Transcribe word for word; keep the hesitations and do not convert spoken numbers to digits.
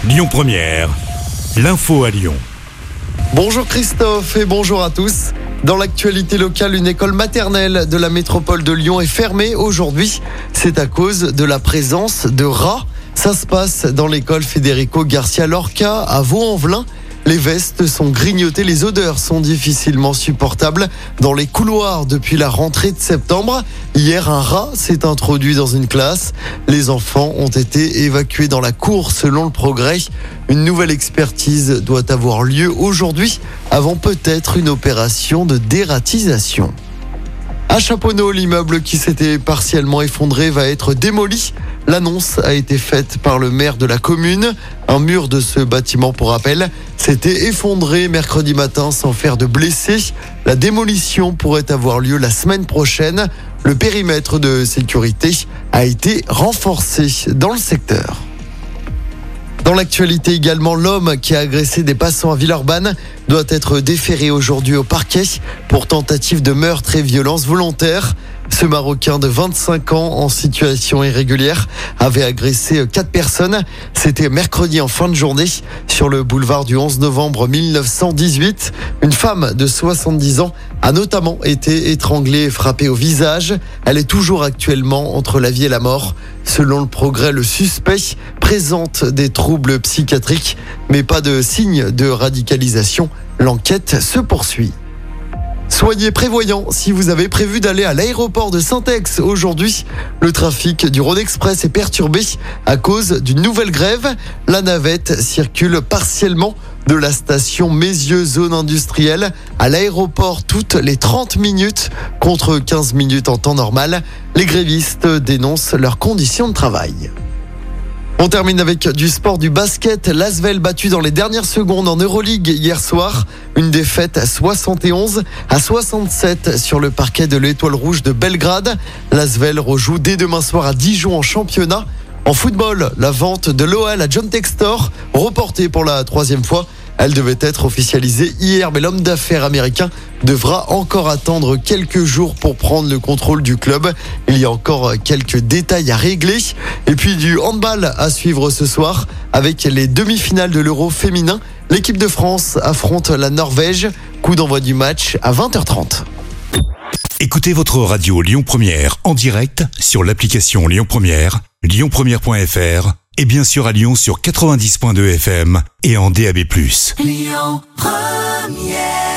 Lyon Première, l'info à Lyon. Bonjour Christophe et bonjour à tous. Dans l'actualité locale, une école maternelle de la métropole de Lyon est fermée aujourd'hui. C'est à cause de la présence de rats. Ça se passe dans l'école Federico Garcia Lorca à Vaux-en-Velin. Les vestes sont grignotées, les odeurs sont difficilement supportables dans les couloirs depuis la rentrée de septembre. Hier, un rat s'est introduit dans une classe. Les enfants ont été évacués dans la cour selon le Progrès. Une nouvelle expertise doit avoir lieu aujourd'hui avant peut-être une opération de dératisation. À Chaponneau, l'immeuble qui s'était partiellement effondré va être démoli. L'annonce a été faite par le maire de la commune. Un mur de ce bâtiment, pour rappel, s'était effondré mercredi matin sans faire de blessés. La démolition pourrait avoir lieu la semaine prochaine. Le périmètre de sécurité a été renforcé dans le secteur. Dans l'actualité également, l'homme qui a agressé des passants à Villeurbanne doit être déféré aujourd'hui au parquet pour tentative de meurtre et violence volontaire. Ce Marocain de vingt-cinq ans en situation irrégulière avait agressé quatre personnes. C'était mercredi en fin de journée sur le boulevard du onze novembre mille neuf cent dix-huit. Une femme de soixante-dix ans a notamment été étranglée et frappée au visage. Elle est toujours actuellement entre la vie et la mort. Selon le Progrès, le suspect présente des troubles psychiatriques, mais pas de signe de radicalisation. L'enquête se poursuit. Soyez prévoyants si vous avez prévu d'aller à l'aéroport de Saint-Ex aujourd'hui. Le trafic du Rhône Express est perturbé à cause d'une nouvelle grève. La navette circule partiellement de la station Mézieux zone industrielle à l'aéroport toutes les trente minutes contre quinze minutes en temps normal. Les grévistes dénoncent leurs conditions de travail. On termine avec du sport, du basket. L'Asvel battu dans les dernières secondes en Euroleague hier soir. Une défaite à soixante et onze à soixante-sept sur le parquet de l'Étoile Rouge de Belgrade. L'Asvel rejoue dès demain soir à Dijon en championnat. En football, la vente de l'O L à John Textor, reportée pour la troisième fois. Elle devait être officialisée hier, mais l'homme d'affaires américain devra encore attendre quelques jours pour prendre le contrôle du club. Il y a encore quelques détails à régler. Et puis du handball à suivre ce soir avec les demi-finales de l'Euro féminin. L'équipe de France affronte la Norvège. Coup d'envoi du match à vingt heures trente. Écoutez votre radio Lyon Première en direct sur l'application Lyon Première, lyon première point f r et bien sûr à Lyon sur quatre-vingt-dix point deux F M et en D A B plus. Lyon Première.